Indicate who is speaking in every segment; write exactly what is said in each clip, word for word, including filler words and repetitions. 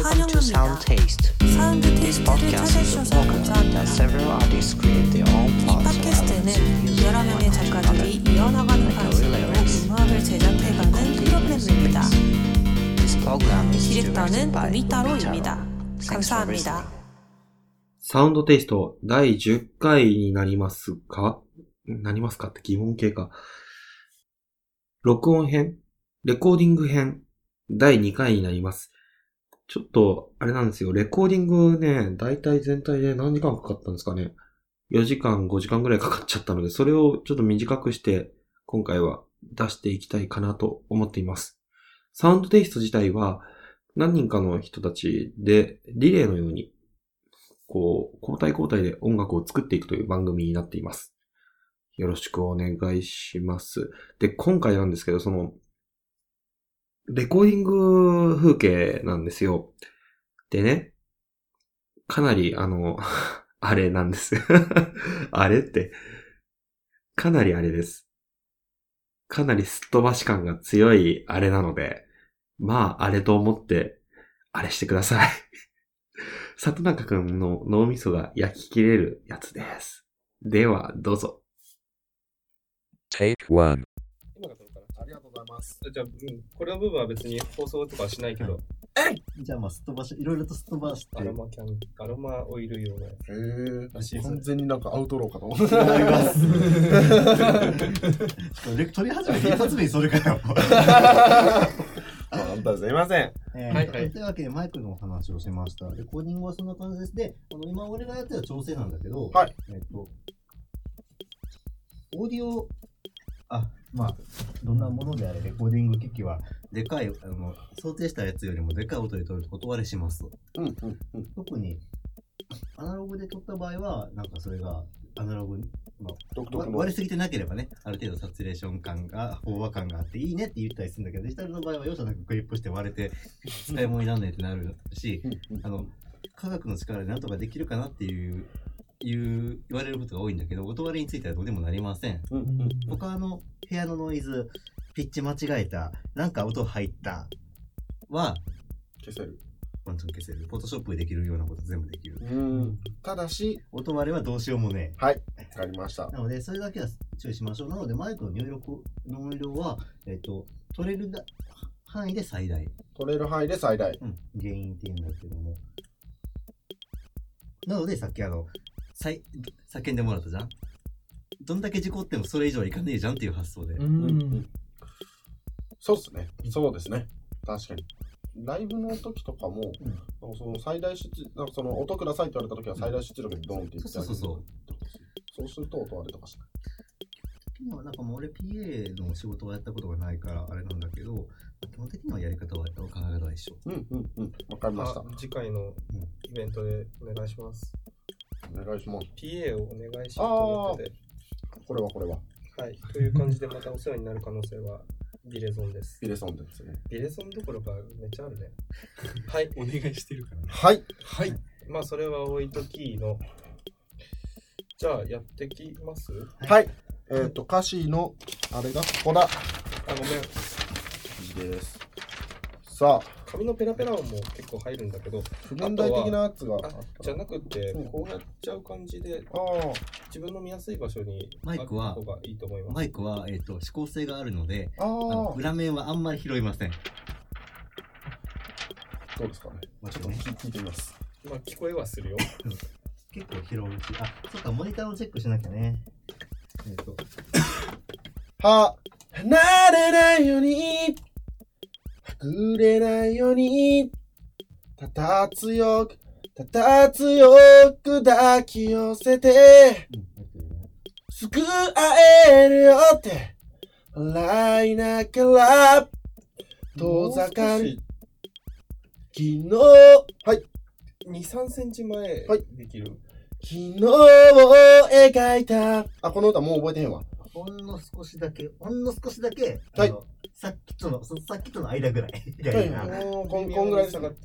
Speaker 1: 환영합니다. Sound Taste. 사운드 테이스트를 찾아주셔서 감사합니다. 이 팟캐스트는 여러 명의 작가들이 이어나가는 방식으로 음악을 제작해가는 프로그램입니다. 디렉터는 우리따로입니다. 감사합니다.
Speaker 2: サウンドテイストだいじゅっかいになりますかなりますかって疑問系か。録音編レコーディング編だいにかいになります。ちょっと、あれなんですよ。レコーディングね、だいたい全体で何時間かかったんですかね。よじかん、ごじかんぐらいかかっちゃったので、それをちょっと短くして、今回は出していきたいかなと思っています。サウンドテイスト自体は、何人かの人たちで、リレーのように、こう、交代交代で音楽を作っていくという番組になっています。よろしくお願いします。で、今回なんですけど、その、レコーディング風景なんですよ。でね、かなりあの、あれなんです。あれって、かなりあれです。かなりすっ飛ばし感が強いあれなので、まあ、あれと思って、あれしてください。里中くんの脳みそが焼き切れるやつです。では、どうぞ。
Speaker 3: Take one。
Speaker 4: ありがとうございます。
Speaker 5: じゃあ、うん、これの部分は別に放送とかはしないけど。
Speaker 4: えじゃあまあすっ飛ばし、いろいろとすっ飛ばして。
Speaker 5: アロマキャン、アロマオイル用のやつ。
Speaker 4: へー。
Speaker 5: らしい
Speaker 4: 完全になんかアウトローかと思って。あります。レク取り始めて一発目にそれかよ。
Speaker 5: 本当すいません。
Speaker 4: えー、はいはい。というわけでマイクのお話をしました。レコーディングはそんな感じです。で、あの今俺がやってた調整なんだけど、はい。えっと、オーディオ、あ、まあ、どんなものであれレコーディング機器はでかい、あの想定したやつよりもでかい音で撮ると断りします。うんうんうん、特にアナログで撮った場合はなんかそれがアナログ、まあ、割りすぎてなければね、ある程度サチュレーション感が飽和感があっていいねって言ったりするんだけど、デジタルの場合は容赦なくクリップして割れて使い物にならないってなるし、あの科学の力でなんとかできるかなっていう言う言われることが多いんだけど、音割れについてはどうでもなりません。うんうんうん、他の部屋のノイズ、ピッチ間違えた、なんか音入ったは
Speaker 6: 消せる。
Speaker 4: ワンチャン消せる。フォトショップでできるようなこと全部できる。
Speaker 6: うん。ただし
Speaker 4: 音割れはどうしようもね
Speaker 6: え。はい。わかりました。
Speaker 4: なのでそれだけは注意しましょう。なのでマイクの入力の音量はえっと取れる範囲で最大。
Speaker 6: 取れる範囲で最大。
Speaker 4: うん。原因っていうんだけども。なのでさっきあの。叫んでもらったじゃん。どんだけ事故ってもそれ以上はいかねえじゃんっていう発想で。うん、うん、
Speaker 6: そうですね。そうですね。確かに。ライブの時とかも、うん、その最大出なんかその音くださいって言われた時は最大出力でドンって言ってあげる。そうそうそう。そうすると音割れとかしない。
Speaker 4: 今はなんかもう俺 ピーエー の仕事をやったことがないからあれなんだけど、基本的にはやり方は考え方は一緒。
Speaker 6: うんうんうん。わかりました。
Speaker 5: 次回のイベントでお願いします。
Speaker 6: お願いします。
Speaker 5: ピーエー をお願いしようと思ってて。
Speaker 6: これはこれは。
Speaker 5: はい。という感じでまたお世話になる可能性はビレゾンです。
Speaker 6: ビレゾンですね。
Speaker 5: ビレゾンどころかめっちゃあるね。はい。
Speaker 7: お願いしてるからね。
Speaker 6: はい。
Speaker 5: はい。まあそれは置いときの。じゃあやってきます？
Speaker 6: はい。えっ、ー、と歌詞のあれがここだ。あ、
Speaker 5: ごめん。
Speaker 6: いいです。さあ。
Speaker 5: 紙のペラペラ音も結構入るんだけど、
Speaker 6: 不現代的なやつが
Speaker 5: あじゃなくて、うん、こうやっちゃう感じで、あ自分の見やすい場所に
Speaker 4: マイクは
Speaker 5: がいいと思います。
Speaker 4: マイクは、えーと、指向性があるので、あの裏面はあんまり拾いません。
Speaker 6: どうですかね。まあ、ちょっと聞いてみます。
Speaker 5: まあ聞こえはするよ。
Speaker 4: 結構拾うし、あ、そっかモニターをチェックしなきゃね。えっ、ー、と、
Speaker 6: は離れないように。隠れないようにたた強くたた強く抱き寄せてすぐ会えるよって笑いながら遠ざかる昨日はい
Speaker 5: に、さんセンチまえできる、はい、
Speaker 6: 昨日を描いたあこの歌もう覚えてへんわ
Speaker 4: ほんの少しだけほんの少しだけ
Speaker 6: はい
Speaker 4: さっきとの、さっきとの間ぐらい。
Speaker 6: はい、もうこん、こんぐらいでしたかって。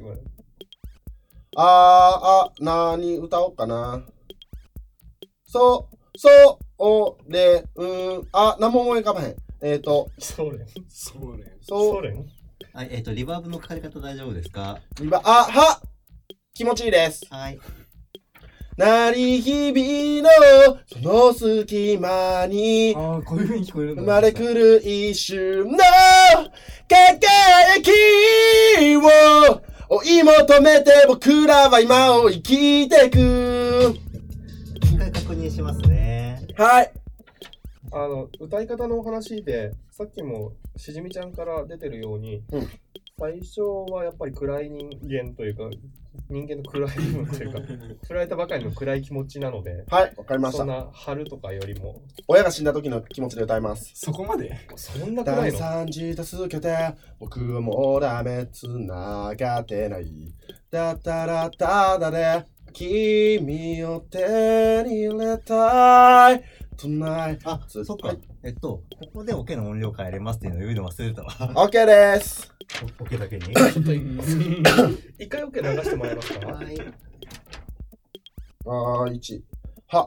Speaker 6: あー、あ、なーに歌おうかな。そ、そ、お、れ、うん、あ、なんも思い浮かばへん。えっ、ー、と。
Speaker 5: ソ連。
Speaker 7: ソ連。
Speaker 6: ソ
Speaker 5: 連
Speaker 4: はい、えっ、ー、と、リバーブのかかり方大丈夫ですか？
Speaker 6: リバ、あ、は気持ちいいです。
Speaker 4: はい。
Speaker 6: 鳴り響のその隙間に
Speaker 5: ああ、こういう風に聞こえるんだ。
Speaker 6: 生まれくる一瞬の輝きを追い求めて僕らは今を生きていく。
Speaker 4: 一回確認しますね。
Speaker 6: はい。
Speaker 5: あの、歌い方のお話で、さっきもしじみちゃんから出てるように、
Speaker 6: うん、
Speaker 5: 最初はやっぱり暗い人間というか、人間の暗い部分というか、振られたばかりの暗い気持ちなので、
Speaker 6: はい、わかりました。
Speaker 5: そんな春とかよりも、
Speaker 6: 親が死んだ時の気持ちで歌います。
Speaker 5: そこまでそんな暗いの？
Speaker 6: 第三次助けて、僕はもうダメ繋がってない。だったらただで君を手に入れたい。
Speaker 4: あ、そっか。えっと、ここでオケの音量変えれますっていうのを言うの忘れてたわ。
Speaker 6: オッケーです。
Speaker 4: オケだけに
Speaker 5: ちょっと一回オケ流してもらえますか？はい。
Speaker 6: あー、いち。は。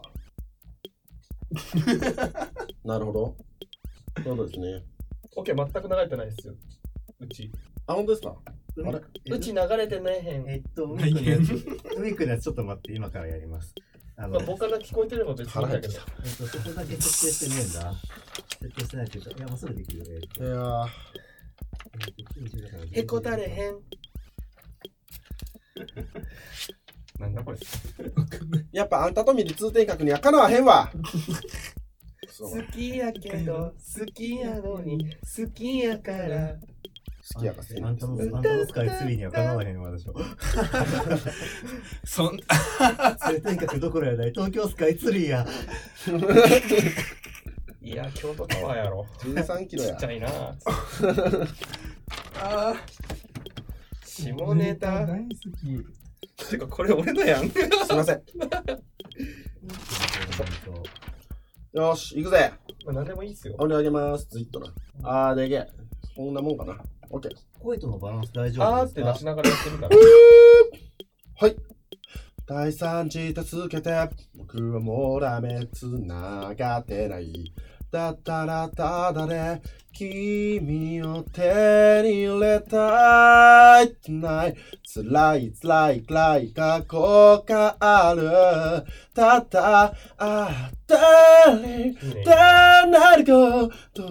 Speaker 6: なるほど。そうですね。
Speaker 5: オケ全く流れてないですよ。うち。
Speaker 6: あ、本当ですか？あれ
Speaker 5: うち流れてないへん。
Speaker 4: えっと、ウィークのやつ、ウィークのやつちょっと待って、今からやります。
Speaker 5: あの、まあ、僕から聞こえてれば別にいいんだけど。
Speaker 4: えっと、そこだけ設定してねえんだ。設定してないって言うと、いや、もうすぐできるよ。
Speaker 6: いやー。
Speaker 5: へこたれへん。なんだこれ。
Speaker 6: やっぱあんたと見る通天閣にはかなわへんわ。
Speaker 5: 好きやけど、好きやのに、好きやから。
Speaker 6: 好きやから
Speaker 4: あんたの、あんたのスカイツリーにはかなわへんわ、私は。
Speaker 5: そん、
Speaker 4: 通天閣どころやない、東京スカイツリーや。
Speaker 5: いや、京都タワーやろ。
Speaker 6: じゅうさんキロや。
Speaker 5: ちっちゃいな。あー。下ネタ。大好き。てか、これ俺のやん。す
Speaker 6: いません。よし、行くぜ。
Speaker 5: まあ、何でもいいっすよ。
Speaker 6: お願いあげます。ずっとな。あー、でけえ。こんなもんかな。オッケー。
Speaker 4: 声とのバランス大丈夫ですか？
Speaker 5: あーって出しながらやってみたら。
Speaker 6: はい。第三次助けて、僕はもうダメ繋がってない。だったらただで君を手に入れたい。tonight 辛い辛い辛い過去がある。たったあたりだなること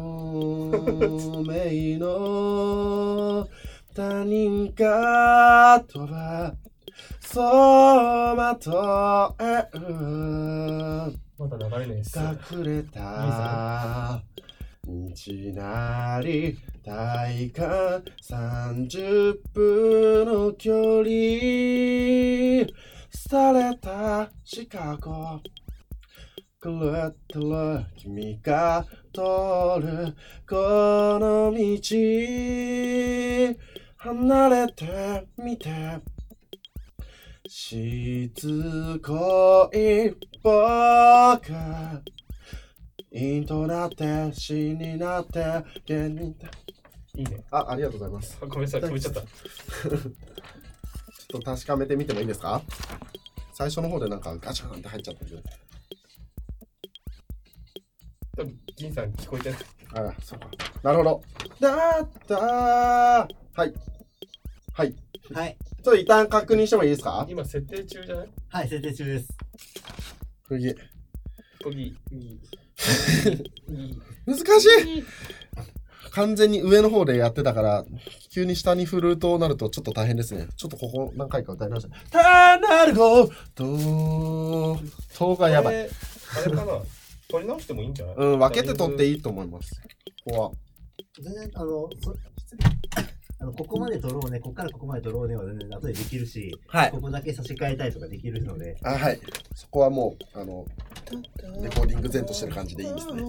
Speaker 6: 名の他人が飛ばそうまとえる。
Speaker 5: まだ流れないっすよ。
Speaker 6: 隠れた道なり体感さんじゅっぷんの距離廃れたシカゴ狂ってる君が通るこの道離れてみてしつこい僕陰となって死になって現に
Speaker 5: いいね。
Speaker 6: あ、ありがとうございます。
Speaker 5: ごめんなさい、止めちゃった。ちょ
Speaker 6: っと確かめてみてもいいですか？最初の方でなんかガチャンって入っちゃったんで。
Speaker 5: 多分銀さん聞こえてない。
Speaker 6: ああ、そうか。なるほど。だったー。はい。はい。
Speaker 4: はい。
Speaker 6: ちょっと一旦確認してもいいですか？
Speaker 5: 今設定中じゃない？
Speaker 4: はい、設定中です。
Speaker 6: 次。
Speaker 5: 次。
Speaker 6: 難しい。完全に上の方でやってたから、急に下に振るとなるとちょっと大変ですね。ちょっとここ何回か歌い直した。たなるごととがやばい。
Speaker 5: あれかな？取り直してもいいんじゃない？
Speaker 6: うん、分けて取っていいと思います。ここは。
Speaker 4: 全然、あの、そあのここまで取ろうね、ここからここまで取ろうねは全然後でできるし、はい、ここだけ差し替えたいとかできるので。
Speaker 6: あ、はい。そこはもう、あの、レコーディング前としてる感じでいいですね。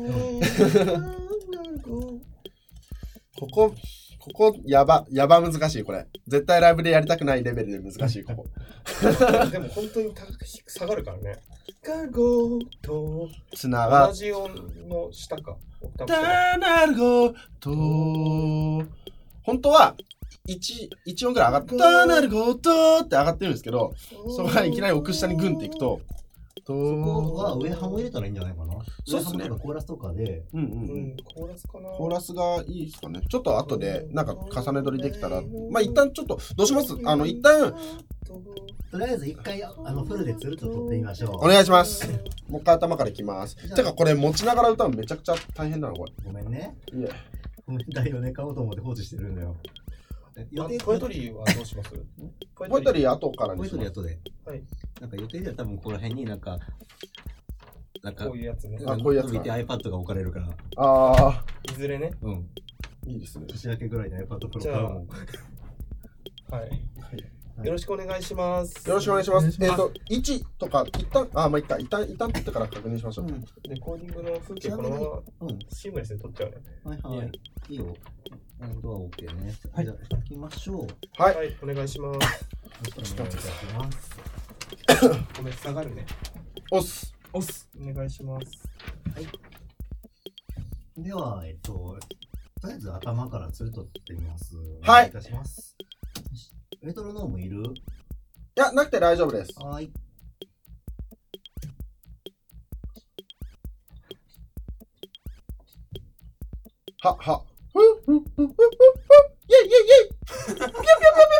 Speaker 6: ここ、ここ、やば、やば難しい、これ。絶対ライブでやりたくないレベルで難しい、ここ。
Speaker 5: でも本当に下がるからね。ガゴと、
Speaker 6: つなが、
Speaker 5: 同じ音の下か。
Speaker 6: たなるごと、本当は、1、一音ぐらい上がって、たなるごとって上がってるんですけど、そこからいきなり奥下にグンっていくと、 と
Speaker 4: そこは上半を入れたらいいんじゃないかな。
Speaker 6: そうっすね
Speaker 4: 上半とかコーラスとかで、
Speaker 6: うんうんう
Speaker 5: うんん、コーラスかな。
Speaker 6: コーラスがいいですかね。ちょっと後でなんか重ね取りできたら、まあ一旦ちょっとどうします？あの一旦
Speaker 4: とりあえず一回あのフルでつるっと撮ってみましょう。
Speaker 6: お願いします。もう一回頭からいきます。てかこれ持ちながら歌うのめちゃくちゃ大変だなこれ。
Speaker 4: ごめんね。
Speaker 6: いえ。
Speaker 4: ごめんだよね、買おうと思って放置してるんだよ。予定
Speaker 5: ポエトリーはどうします
Speaker 6: ポエトリー後から
Speaker 4: ポエ
Speaker 6: にします。
Speaker 4: トリー後で。
Speaker 5: はい。
Speaker 4: なんか予定では多分ここら辺になんか、なんか、
Speaker 5: こういうやつね。
Speaker 6: あこういうやつか
Speaker 4: 伸びて iPad が置かれるから。
Speaker 6: ああ、
Speaker 5: いずれね。
Speaker 4: うん。
Speaker 6: いいですね。
Speaker 4: 年明けぐらいに iPad Pro 買うもん。
Speaker 5: はい。よろしくお願いします。
Speaker 6: よろしくお願いします。えっと、いちとか、一旦、あ、まあ、いっか、一旦、一旦撮ってから確認しましょう。
Speaker 5: レコーディングの風景このまま
Speaker 4: うん。
Speaker 5: シームレスで撮っちゃうね。
Speaker 4: はいはい。いいよ。なるほど、OK ね。
Speaker 6: はい
Speaker 4: じゃあ、行きましょう。
Speaker 6: はい。
Speaker 5: はい、お願いします。
Speaker 4: よろしくお願いいたします。
Speaker 5: ごめん、下がるね。
Speaker 6: 押す。
Speaker 5: 押す。お願いします。
Speaker 4: では、えっと、とりあえず頭からつるとってみます。
Speaker 6: はい
Speaker 4: お願いいたします。メトロノームいる？
Speaker 6: いや、なくて大丈夫です。
Speaker 4: はーい。
Speaker 6: は、は。ふふふふふふイェイイェイイェイピュピュピュピュピュ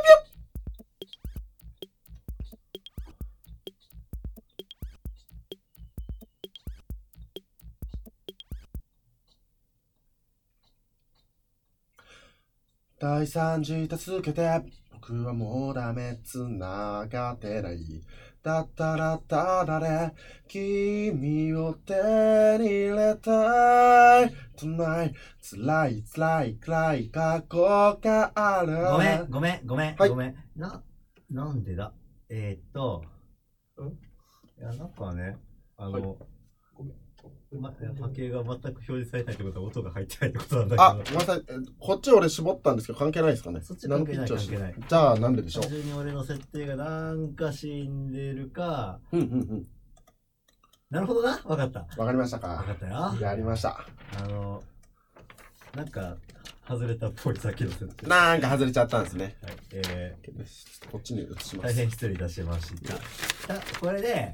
Speaker 6: 第三次助けて僕はもうダメつながってないだったらただで君を手に入れたい Tonight 辛い辛い辛い過去がある
Speaker 4: ごめん、ごめん、ごめん、
Speaker 6: はい
Speaker 4: ごめん。な、なんでだえー、っと、
Speaker 5: ん
Speaker 4: いや、なんかね、あの、
Speaker 6: はい
Speaker 5: ごめん。
Speaker 4: ま、波形が全く表示されないってことは音が入ってないってことなんだ
Speaker 6: あ、
Speaker 4: けど。
Speaker 6: ごめんなさい。えこっち俺絞ったんですけど関係ないですかね。
Speaker 4: そっち関係ない
Speaker 6: 何ピッチをし
Speaker 4: 関係ない
Speaker 6: じゃあなんででしょう
Speaker 4: 単。純に俺の設定がなんか死んでるか、
Speaker 6: うんうんうん。
Speaker 4: なるほどな、わかった。
Speaker 6: わかりました
Speaker 4: わか
Speaker 6: か
Speaker 4: ったよ。
Speaker 6: やりました。
Speaker 4: あの、なんか、外れたっぽいさっきの設定。
Speaker 6: なんか外れちゃったんですね。
Speaker 4: はい、え
Speaker 6: こっちに移し
Speaker 4: ー、大
Speaker 6: ます。
Speaker 4: 変失礼いたしました。あこれで、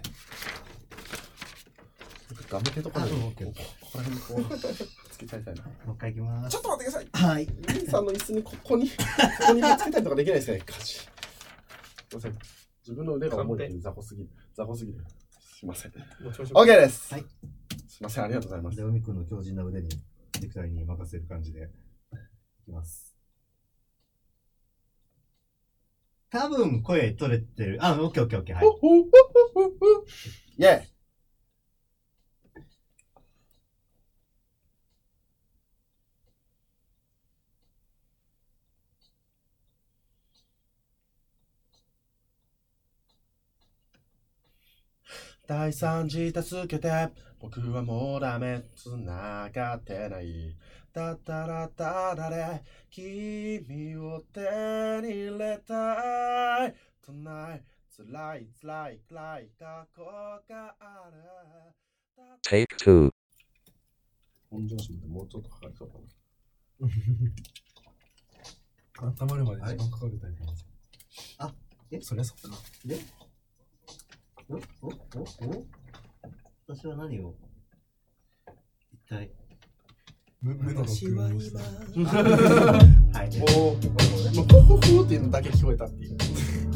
Speaker 6: ガムテとかに
Speaker 4: あうん
Speaker 6: こ
Speaker 4: OK
Speaker 6: ここら辺にこうつけちゃいたいな。
Speaker 4: もう一回いきます。
Speaker 6: ちょっと待ってください。
Speaker 4: はい。
Speaker 6: 兄さんの椅子にここに、ここにぶつけたりとかできないですね。カチ。すいません。自分の腕が重いって雑魚すぎる。雑魚すぎる。すいません。
Speaker 5: もう調子
Speaker 6: OK です。
Speaker 4: はい。
Speaker 6: すいません。ありがとうございます
Speaker 4: で、。海くんの強靭な腕に、ネクタイに任せる感じで、いきます。多分声取れてる。あ、オッケーオッケーオッケー。はい。
Speaker 6: イェイ。第三次助けて僕はもうダメつながってないだったらただで君を手に入れたい Tonight 辛い辛い辛い過去がある
Speaker 3: Take two.
Speaker 6: 本調子までもうちょっとかかりそうだな
Speaker 5: 温まるまで時間かかるタイプなんですよ。
Speaker 4: あ、え
Speaker 5: そりゃそうだ。
Speaker 4: でおおおお私は何を一体
Speaker 5: 無無の
Speaker 1: 私は今
Speaker 4: はい。
Speaker 6: もう、もう、ほほほっていうのだけ聞こえたっていう。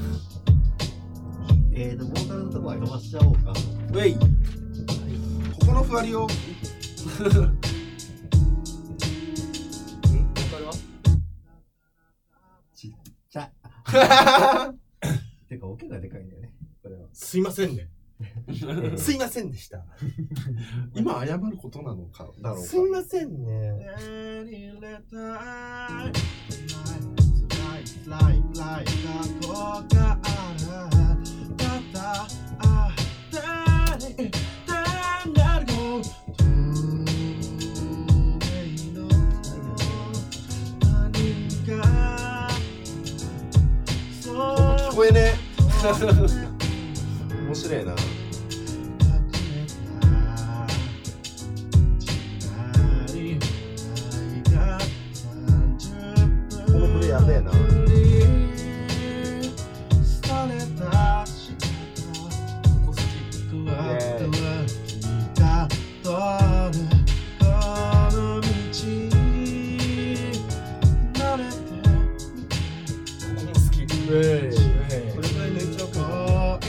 Speaker 4: えーと、ボーカルのとこは飛ばしちゃおうか。
Speaker 6: ウェイここのふわりを、
Speaker 5: んボーカルは
Speaker 4: ちっちゃ。てか、オケがでかいんだよね。これは。
Speaker 5: すいませんね。すいませんでした。
Speaker 6: 今謝ることなのか、だろうか。
Speaker 5: すいませんね。
Speaker 6: 手に入れたい辛い辛い辛い過去があるただあってになるよ透明の何かそう聞こえねえ面白いなこのプレイやべえな。
Speaker 5: ここ好き。
Speaker 6: イエーイウェイ
Speaker 4: これくらい抜いちゃおうか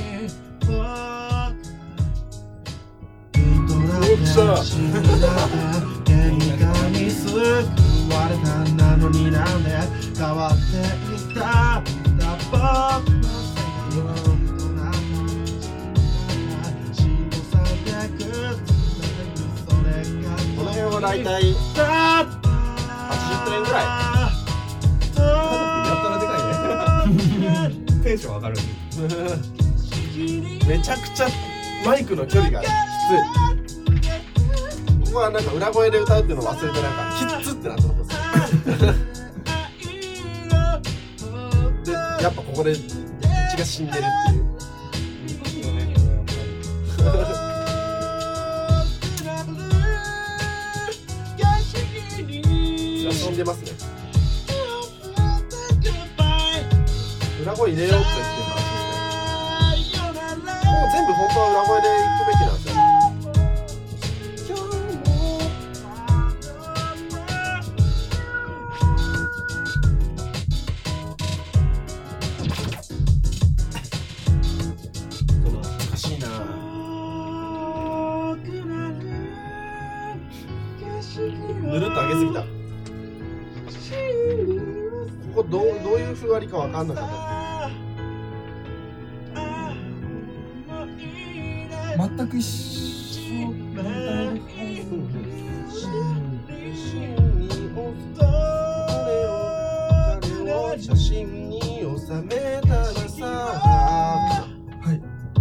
Speaker 6: おっしゃ
Speaker 4: 喧嘩に救われたなのになんで変わっていったんだ僕の世界は本当なの進歩されてくそれが
Speaker 6: この辺は大体はちじゅってんぐらい。
Speaker 5: やったらでかいね。テンション上がる。
Speaker 6: めちゃくちゃマイクの距離がきつい。ここはなんか裏声で歌うっていうのを忘れてなんかキッツってなったとこですで、やっぱここで血が死んでるっていう
Speaker 5: いいよね、これやっぱり。
Speaker 6: 死んでますね。裏声入れようって言ってる話ですね。もう全部本当は裏声で行くべきなんですよ。難しいな。ぬるっと上げすぎた。ここどう、どういうふわりかわかんなかった。
Speaker 7: 全く一緒みたいな。
Speaker 6: 写真に収めたらさ。はい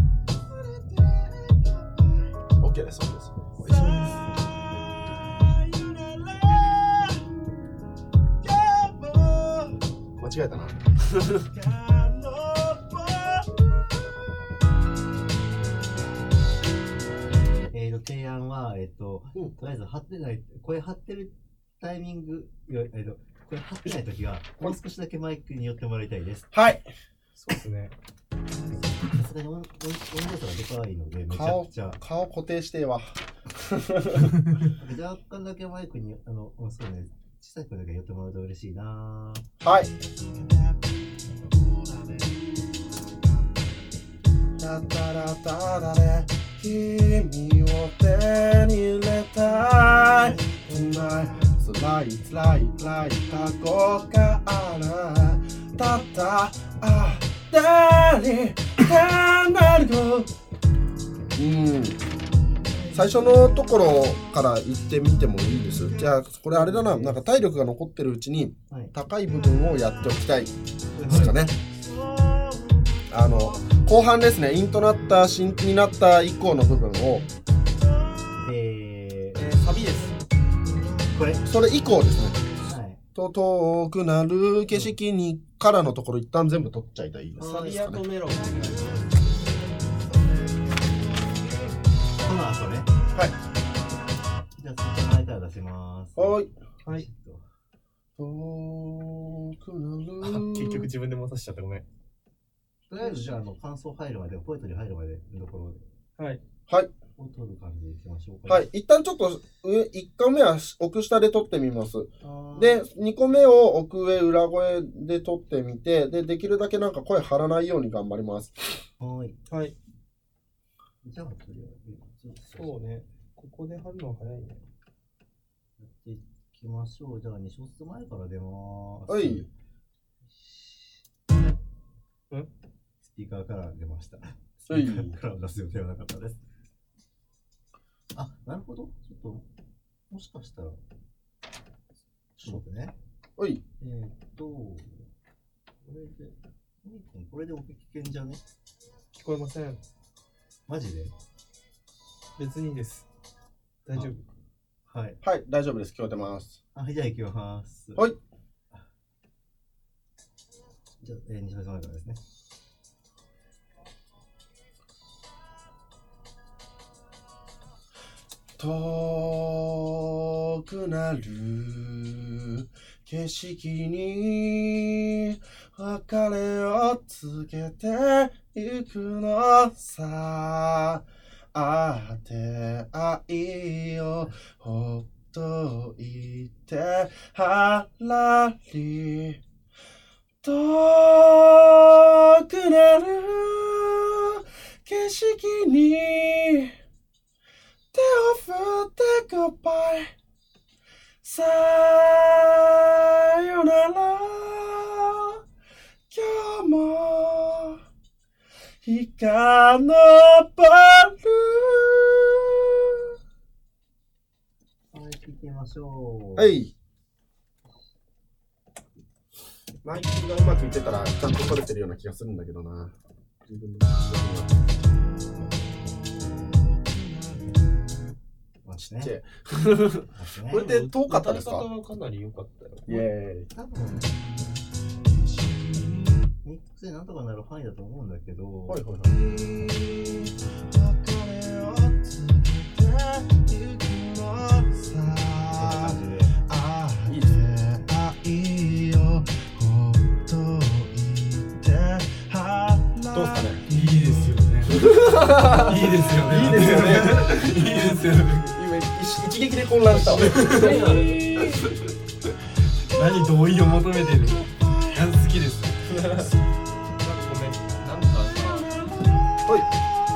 Speaker 6: 。OK です。OK です。
Speaker 7: 一緒です。
Speaker 6: 間違えたな。
Speaker 4: えーと、提案は、えっ、ー、と、うん、とりあえず張ってない、声張ってるタイミング、えー、と声張ってないときは、もう少しだけマイクに寄ってもらいたいです。
Speaker 6: はい。
Speaker 5: そうですね。
Speaker 4: さすがに音量差がでかいので、めちゃくちゃ。
Speaker 6: 顔、顔固定してわ。
Speaker 4: 若干だけマイクに、あの、そうね、小さい声だけ寄ってもらうと嬉しいな。
Speaker 6: はい。タタラタラで君を手に入れたい。辛い辛い辛い過去からたったあたりかなるよ。うん。最初のところから言ってみてもいいです。じゃあこれあれだな、なんか体力が残ってるうちに高い部分をやっておきたいですかね。あの後半ですね、インとなった新になった以降の部分を、
Speaker 4: えー、
Speaker 5: えー、サビです。
Speaker 4: これ
Speaker 6: それ以降ですね。
Speaker 4: はい。
Speaker 6: と遠くなる景色にからのところ一旦全部取っちゃいたいですかね。
Speaker 5: サビアとメロン。
Speaker 4: この後ね。
Speaker 6: はい。
Speaker 4: じゃあその前から出します。
Speaker 6: はい。
Speaker 5: はい。
Speaker 6: 遠くなる。
Speaker 5: 結局自分で持たせちゃったごめん。
Speaker 4: とりあえずじゃあ、あの、感想入るまで、ポエトリー入るまでのところで。
Speaker 5: はい。
Speaker 6: はい。
Speaker 4: を取る感じでいきましょうか。
Speaker 6: はい。一旦ちょっと上、いっこめは奥下で取ってみます。で、にこめを奥上、裏声で取ってみて、で、できるだけなんか声張らないように頑張ります。
Speaker 4: はい。
Speaker 5: はい。
Speaker 4: じゃあ、とりあえず。
Speaker 5: そうね。ここで貼るのは早いね。
Speaker 4: やっていきましょう。じゃあ、に小節前から出まーす。
Speaker 6: はい。
Speaker 5: ん
Speaker 4: スピーカーから出ました。スピ
Speaker 6: はい。
Speaker 4: ーカーから出す予定はなかったです。あ、なるほど。ちょっと、もしかしたら、ちょっと待ってね。
Speaker 6: はい。
Speaker 4: えーっと、これで、これでお聞きんじゃね？
Speaker 5: 聞こえません。
Speaker 4: マジで？
Speaker 5: 別にいいです。大丈夫。
Speaker 4: はい。
Speaker 6: はい、大丈夫です。聞こえてます。
Speaker 4: はい、じゃあ行きます。
Speaker 6: はい。
Speaker 4: じゃあ、えー、西村さん前からですね。
Speaker 6: 遠くなる景色に別れを告げてゆくのさ。あて愛をほっといてはらりと景色に手を振って Goodbye さよなら今日も日が昇る。
Speaker 4: はい、聞いてみましょう。
Speaker 6: はい。マイクがうまくいってたらちゃんと取れてるような気がするんだけどな。自分のちっちゃい。これで遠かったですか？
Speaker 5: 歌い方はかなり良かったよ。
Speaker 6: イェーイ。
Speaker 4: 多分ミックスでなんとかなる範囲だと思うんだけど。
Speaker 6: はいはいはい。いいですね。どうですかね。
Speaker 7: いいですよね。いいですよね。
Speaker 6: いいですよね。
Speaker 7: いいですよね。
Speaker 6: 今一撃で混乱したわ。
Speaker 7: 何同意を求めてる。好きです。
Speaker 5: ごめん、なんかさ、
Speaker 6: はい。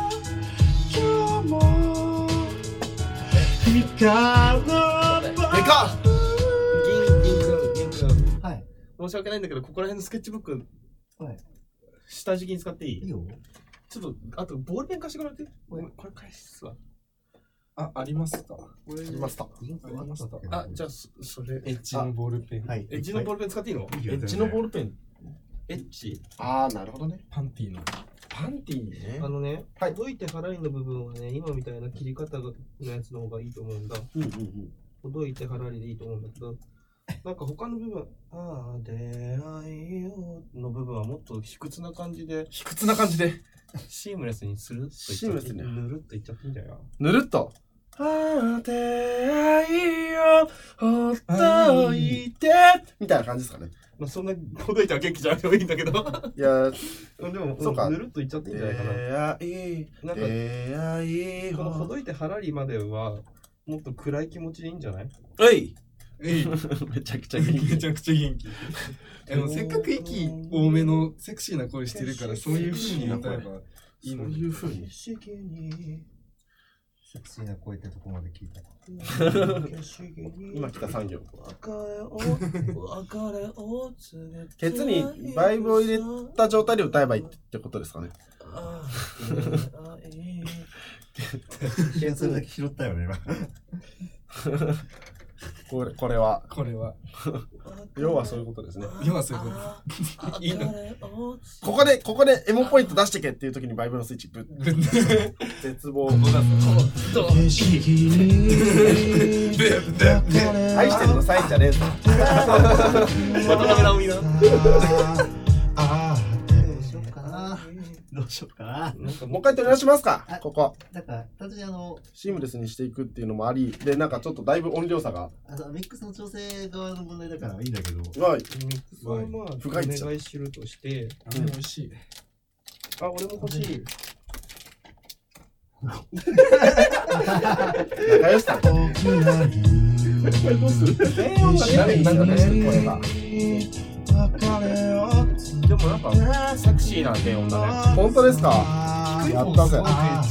Speaker 6: でかっ。
Speaker 5: 銀銀くん銀くん。
Speaker 4: はい。
Speaker 5: 申し訳ないんだけど、ここら辺のスケッチブック、
Speaker 4: はい。
Speaker 5: 下敷きに使っていい？
Speaker 4: いいよ。
Speaker 5: ちょっと、あとボールペン貸してもらって。ごめん、これ返すわ。
Speaker 7: あ、ありますか。
Speaker 5: これ
Speaker 6: ありました。
Speaker 7: ありました。
Speaker 5: あ、じゃあ、そそれ。
Speaker 7: エッジのボールペン。
Speaker 4: はい。
Speaker 5: エッジのボールペン使っていいの？
Speaker 4: いいよ
Speaker 6: エッジのボールペン。
Speaker 5: エッジ？
Speaker 6: あー、なるほどね。
Speaker 7: パンティの。
Speaker 6: パンティーね。
Speaker 5: あのね、
Speaker 6: はい
Speaker 5: ほどいて払いの部分はね、今みたいな切り方のやつの方がいいと思うんだ。
Speaker 6: うんうんうん。
Speaker 5: ほどいて払いでいいと思うんだけど、なんか他の部分、ああ、出会いよの部分はもっと卑屈な感じで、
Speaker 6: 卑屈な感じで。
Speaker 5: シームレスにするっと
Speaker 6: シームレスに
Speaker 5: ぬるっといっちゃっていいんじゃないか
Speaker 6: ぬるっと。あー、出会いをほっといて。みたいな感じですかね。
Speaker 5: まあそんなほどいては元気じゃなくてもいいんだけど。
Speaker 6: いや、
Speaker 5: でも、
Speaker 6: そうか
Speaker 5: ぬるっといっちゃっていいんじゃないかな。
Speaker 6: 出会い、
Speaker 5: なんか、
Speaker 6: 出会い
Speaker 5: このほどいて払いまでは、もっと暗い気持ちでいいんじゃない？
Speaker 6: えい
Speaker 7: えい。
Speaker 6: めちゃくちゃ元気。
Speaker 7: めちゃくちゃ元気。でもせっかく息多めのセクシーな声してるから、そういう風に歌えばいいのに。
Speaker 6: そういう風に。
Speaker 4: セクシーな声ってとこまで聞いた。
Speaker 6: 今来た産業。
Speaker 5: ケ
Speaker 6: ケツにバイブを入れた状態で歌えばいいってことですかね。
Speaker 4: 一見それだけ拾ったよね、今。
Speaker 6: これ、これは。
Speaker 7: これは。
Speaker 6: 要はそういうことですね。
Speaker 7: 要はそういうこと。いいの。
Speaker 6: ここで、ここでエモポイント出してけっていう時にバイブのスイッチぶっ。絶望。愛してるのサインじゃねえぞ。
Speaker 5: 渡辺直美な。
Speaker 4: どうしようかな。
Speaker 5: なんか
Speaker 6: もう一回取り出しますか、ここ。
Speaker 4: なんか、単純にあの、
Speaker 6: シームレスにしていくっていうのもあり、で、なんかちょっとだいぶ音量差が。
Speaker 4: あのミックスの調整側の問題だからいいんだけど。
Speaker 6: はい。
Speaker 5: ミックスはまあ、お
Speaker 6: 深いっちゃ
Speaker 5: 願いするとして、
Speaker 7: あ、美味しい。
Speaker 5: あ、俺も欲しい。
Speaker 6: 仲良しさん。これどうする？全音が誰なんかね、これが。
Speaker 5: でもなんか、セクシーな低音だね。
Speaker 6: 本当ですか？やったぜ。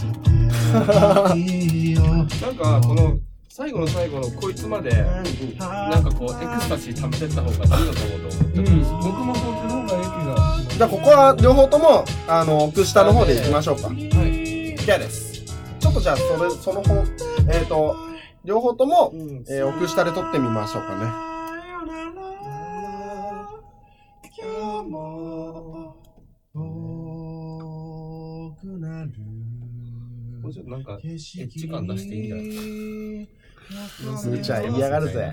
Speaker 5: なんか、この、最後の最後のこいつまで、なんかこう、エクスタシー溜めてった方がいいのかもと思って。
Speaker 7: うん、僕もこっちの方が息が。
Speaker 6: じゃあここは両方とも、あの、奥下の方でいきましょうか。はい。OK です。ちょっとじゃあ、それ、その方、えっと、両方とも、えー、奥下で撮ってみましょうかね。
Speaker 5: もうちょっとなんか、エッジ感出していいんじゃない
Speaker 6: すーちゃん、嫌がるぜ。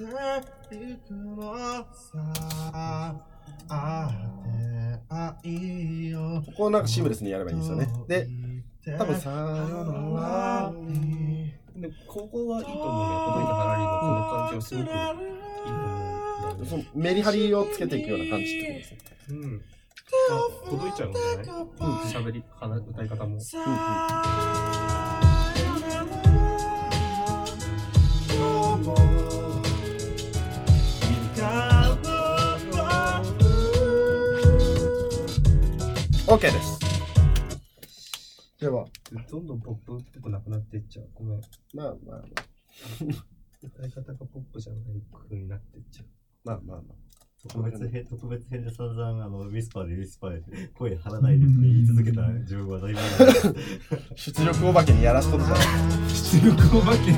Speaker 6: ここをなんかシームレスにやればいいんですよね。で、多分さよなら。
Speaker 5: で、ここはいいと思うね。ほどいてハラリのこの感じはすごくいいと思う。
Speaker 6: そのメリハリをつけていくような感じってことですね。
Speaker 5: うん。あ、ほどいちゃうんじゃない？うん、喋り、歌い方も。うんうん
Speaker 6: OK です。 では、
Speaker 5: どんどんポップっぽくなくなっていっちゃう。ごめん。
Speaker 6: まあまあまあ。
Speaker 5: 歌い方がポップじゃない風になっていっちゃう。
Speaker 6: まあまあまあ。
Speaker 4: 特別編、特別編で散々あの、ウィスパーでウィスパーで声張らないでって言い続けた自分はだいぶ
Speaker 6: 出力お化けにやらすことじゃない。
Speaker 7: 出力お化け。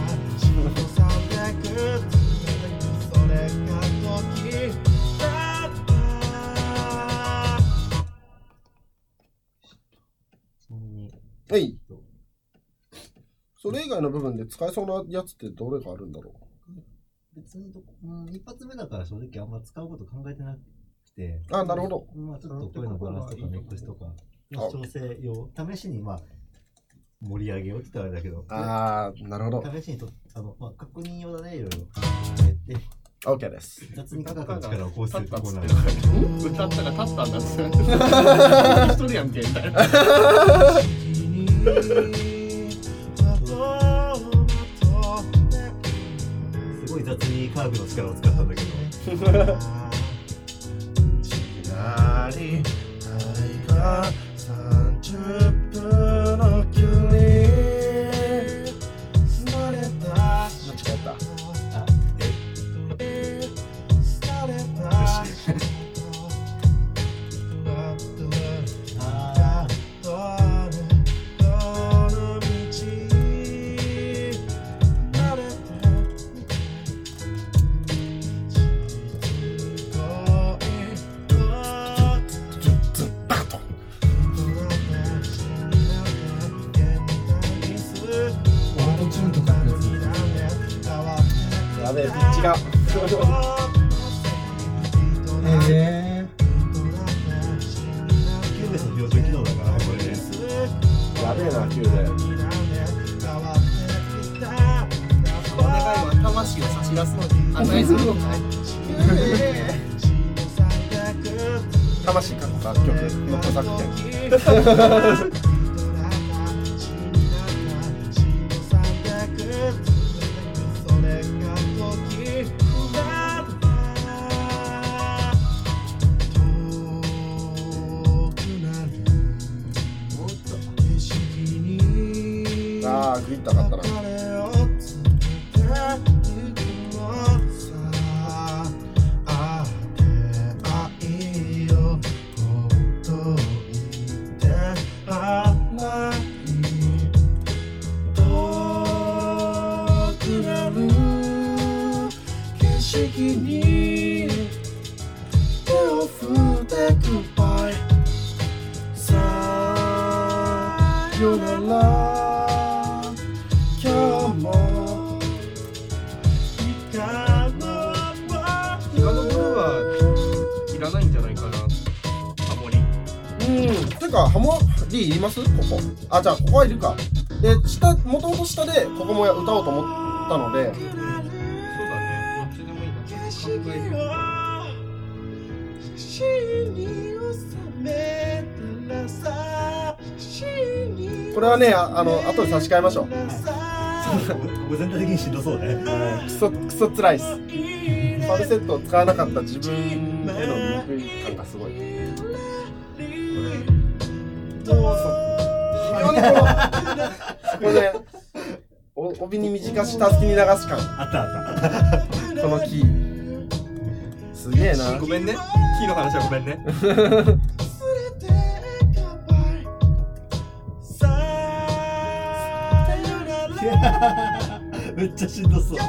Speaker 6: はい。それ以外の部分で使えそうなやつってどれがあるんだろ
Speaker 4: う。別にどこ、うん、一発目だから正直あんま使うこと考えてなくて。
Speaker 6: あ、なるほど。
Speaker 4: まあちょっと声のバランスとかミックスとか、調整用、試しにまあ、盛り上げようって言ったらあれだけど。
Speaker 6: ああ、なるほど。
Speaker 4: 試しにと、あの、まあ確認用だね、いろいろ。やって。
Speaker 6: OK です。
Speaker 4: 雑に価格の力をこうするとこな
Speaker 5: 歌ったら立ったんだって。一人やんけ、みたいな。
Speaker 4: すごい雑に科学の力を使ったんだけど。
Speaker 6: なり愛がさんじゅっぷんの距離離れた間違えた
Speaker 4: あ、え
Speaker 6: 離れたあどの道離れてやべえ、ピッチが
Speaker 7: へえ
Speaker 4: キューベースの標準機能だからね、これね。
Speaker 6: やべえな、キューで
Speaker 5: お願いは魂を差し出すのに値するのかい。
Speaker 6: 魂か楽曲の著作権ああ、グリッターかったな。ハモリいりますここ。あ、じゃあここはいるか。で、下、もともと下でここも歌おうと思ったので。
Speaker 5: そうだね。どっちでもいいな。
Speaker 6: これはね、あ, あの後で差し替えましょう。
Speaker 4: ここ全体的にしんどそうね。
Speaker 6: クソクソつらいっす。ファルセットを使わなかった自分への報い感がすごい。非常にこのこれね、お帯に短したすきに流す感
Speaker 4: あったあった。
Speaker 6: このキーすげえな。
Speaker 5: ごめんね、キーの話はごめんね。
Speaker 4: めっちゃしんどそう。
Speaker 5: 確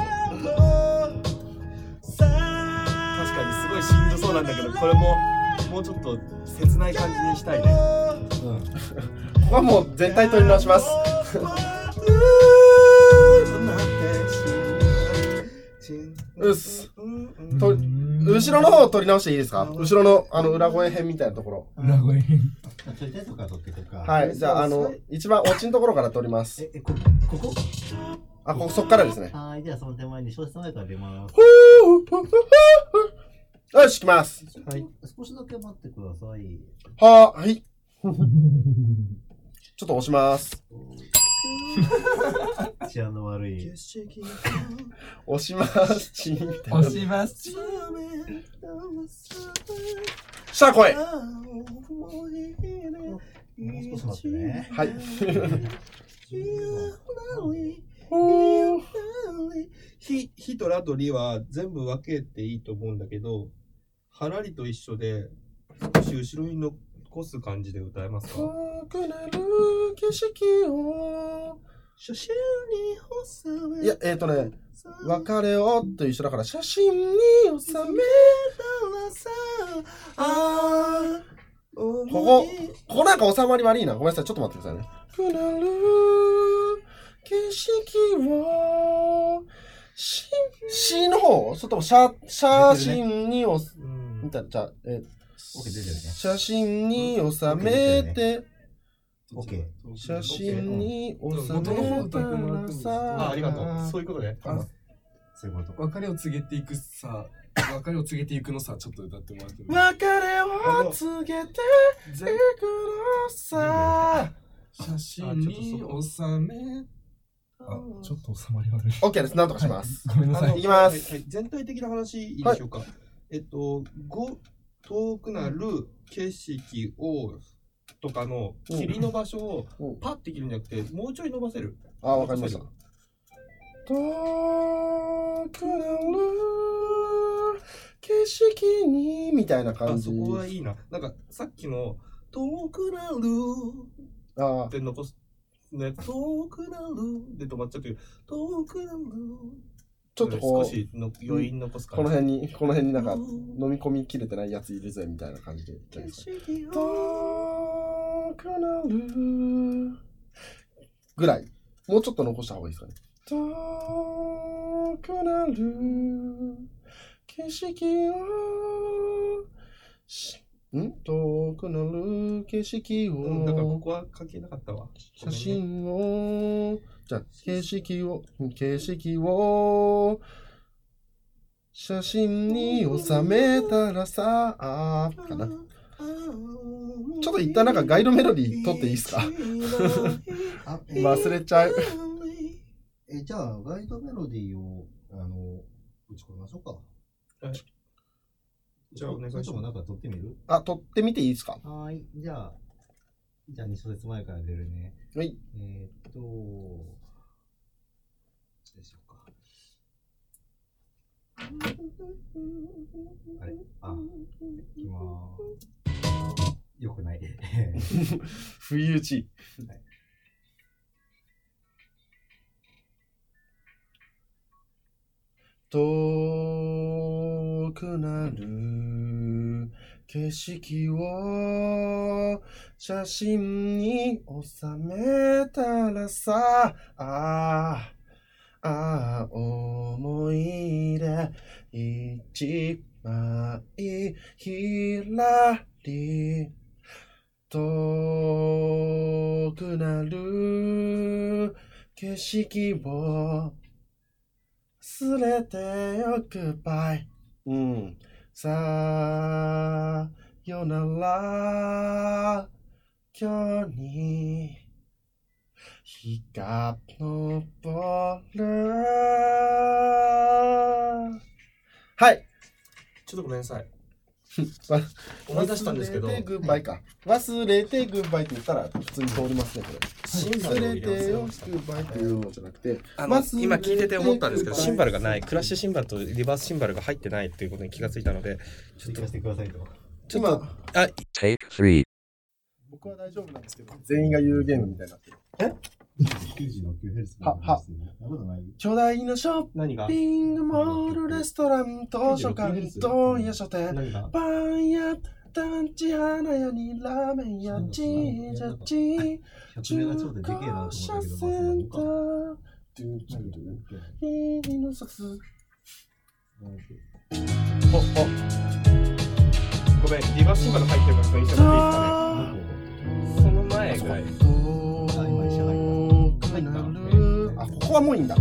Speaker 5: かにすごいしんどそうなんだけど、これももうちょっと切ない感じにしたいね。
Speaker 6: うん、ここはもう全体取り直します。うっすと後ろの方を取り直していいですか。後ろのあの裏声編みたいなところ。
Speaker 7: 裏声編。
Speaker 4: 取りたいとか取ってくるか。
Speaker 6: はい、じゃああの一番落ちのところから取ります。
Speaker 4: ええこここ。
Speaker 6: あ、ここそっからですね。
Speaker 4: はい、じゃあその手前に小説前から出ます。
Speaker 6: よし、行きます。
Speaker 5: はい。
Speaker 4: 少しだけ待ってください。
Speaker 6: はーい。ちょっと押します。
Speaker 4: 治安の悪い。
Speaker 6: 押します。チーみたいな。
Speaker 7: 押します。
Speaker 6: さあ来い。
Speaker 4: もう少し待ってね。
Speaker 6: はい。
Speaker 5: ヒ、ヒとラとリは全部分けていいと思うんだけど、はらりと一緒で少し後ろに残す感じで歌えますか？
Speaker 6: 遠くなる景色を
Speaker 5: 写真に収め
Speaker 6: いや、えっ、ー、とね、別れをと一緒だから、写真に収めたらさ、あここ、ここなんか収まり悪いな。ごめんなさい、ちょっと待ってくださいね。くなる景色をし、しの方それとも写、写真にお、みたいな、じゃあ、え
Speaker 4: ー、OK 出てるね。
Speaker 6: 写真に収めて、
Speaker 4: OK。
Speaker 6: 写真に収めたらさ、
Speaker 5: あ、ありがとう。そういうことね。
Speaker 4: そういうこと。
Speaker 7: 別れを告げていくさ、別れを告げていくのさ、ちょっと歌ってもらっても。
Speaker 6: 別れを告げていくのさ、
Speaker 7: 写真に収め、あ、ちょっと収まり悪い。
Speaker 6: OK です。なんとかします。
Speaker 7: ごめんなさい。
Speaker 6: いきます。
Speaker 5: はいはい、全体的な話いいでしょうか。はい、えっと、ご、遠くなる景色をとかの霧の場所をパッて切るんじゃなくて、もうちょい伸ばせる。
Speaker 6: あ、わかりました。遠くなる景色にみたいな感じ。
Speaker 5: あ、そこはいいな。なんかさっきの遠くなるって残す。ね、遠くなるで止まっちゃってる。遠くなる。
Speaker 6: ちょっとこう、
Speaker 5: 少しの余韻残すから、
Speaker 6: この辺に、この辺になんか飲み込みきれてないやついるぜみたいな感じで言っちゃいます。遠くなるぐらい。もうちょっと残した方がいいですかね。遠くなる景色をしん遠くなる景色を、
Speaker 5: うん、だからここは関係なかったわ。
Speaker 6: 写真を、じゃあ景色を、景色を写真に収めたらさあかな。ちょっと一旦なんかガイドメロディー取っていいですか？忘れちゃう。
Speaker 4: え、じゃあガイドメロディーをあの打ち込みましょうか。
Speaker 5: はい。じゃあお願いします。
Speaker 4: なんか撮ってみる？
Speaker 6: あ、撮ってみていいですか？
Speaker 4: はい。じゃあ、じゃあに小節前から出るね。
Speaker 6: はい。
Speaker 4: えー、っと、どうしようか。あれあ、いきまーす。よくない。
Speaker 6: 不意打ち。はい。遠くなる景色を写真に収めたらさああ思い出一枚ひらり遠くなる景色を忘れてよくばい。うん。さよなら。今日に日が昇る。はい。
Speaker 5: ちょっとごめんなさい。思い出したんですけど。
Speaker 6: 忘れてグッバイか。忘れてグッバイって言ったら普通に通りますね、これ。忘れてよグッバイっていうのじゃなくて、
Speaker 5: あの今聞いてて思ったんですけど、シンバルがない、クラッシュシンバルとリバースシンバルが入ってないっていうことに気がついたので、
Speaker 4: ちょっとしてくださいと。
Speaker 6: ちょっと、
Speaker 3: あ、Take three。
Speaker 6: 僕は大丈夫なんですけど、全員が言うゲームみたいになってる。え
Speaker 4: きゅうじゅうのきゅうヘルツ
Speaker 6: は、は。巨大なショッピングモール、レストラン、図書館、問屋書店、パン屋、団地花屋にラーメン屋、チージャチ、中古車センター、ドゥドゥドゥ、ヒの札。お、お。
Speaker 5: ごめん、リバースシンバル入ってるからそれ一緒にいいですかね。その前ぐらい。
Speaker 6: あ、ここはもういいんだ。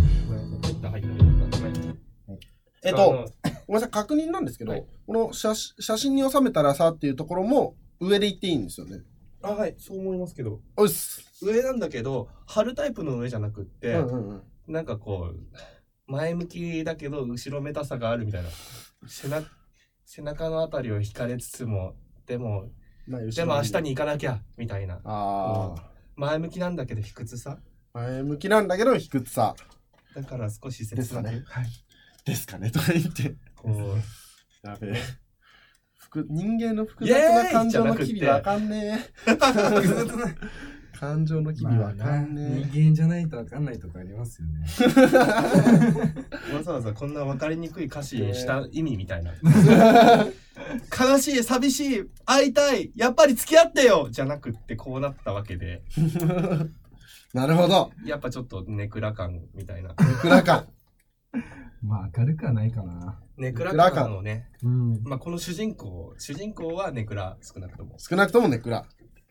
Speaker 6: えっと、ごめんなさい、確認なんですけど、はい、この 写, 写真に収めたらさっていうところも上で言っていいんですよね。
Speaker 5: あ、はい、そう思いますけど。
Speaker 6: おっす。
Speaker 5: 上なんだけど、貼るタイプの上じゃなくって、うんうんうん、なんかこう、前向きだけど後ろめたさがあるみたいな。背, な背中のあたりを引かれつつも、でも、 でも明日に行かなきゃみたいな。
Speaker 6: ああ。
Speaker 5: 前向きなんだけど卑屈さ。
Speaker 6: 前向きなんだけど卑屈さ。
Speaker 5: だから少し切なく。
Speaker 6: ですかね。はい。ですかねとか言って。
Speaker 5: こう。
Speaker 6: やべえ。人間の複雑な感情の機微わかんねえ。複雑な感情の機微わかんねえ。
Speaker 7: まあ、人間じゃないとわかんないとこありますよね。
Speaker 5: わざわざこんなわかりにくい歌詞にした意味みたいな。悲しい、寂しい、会いたい、やっぱり付き合ってよじゃなくってこうなったわけで。
Speaker 6: なるほど。
Speaker 5: やっぱちょっとネクラ感みたいな。
Speaker 6: ネクラ感。
Speaker 7: まあ明るくはないかな。
Speaker 5: ネクラ感をね。
Speaker 7: うん。
Speaker 5: まあこの主人公、主人公はネクラ少なくとも。
Speaker 6: 少なくともネクラ。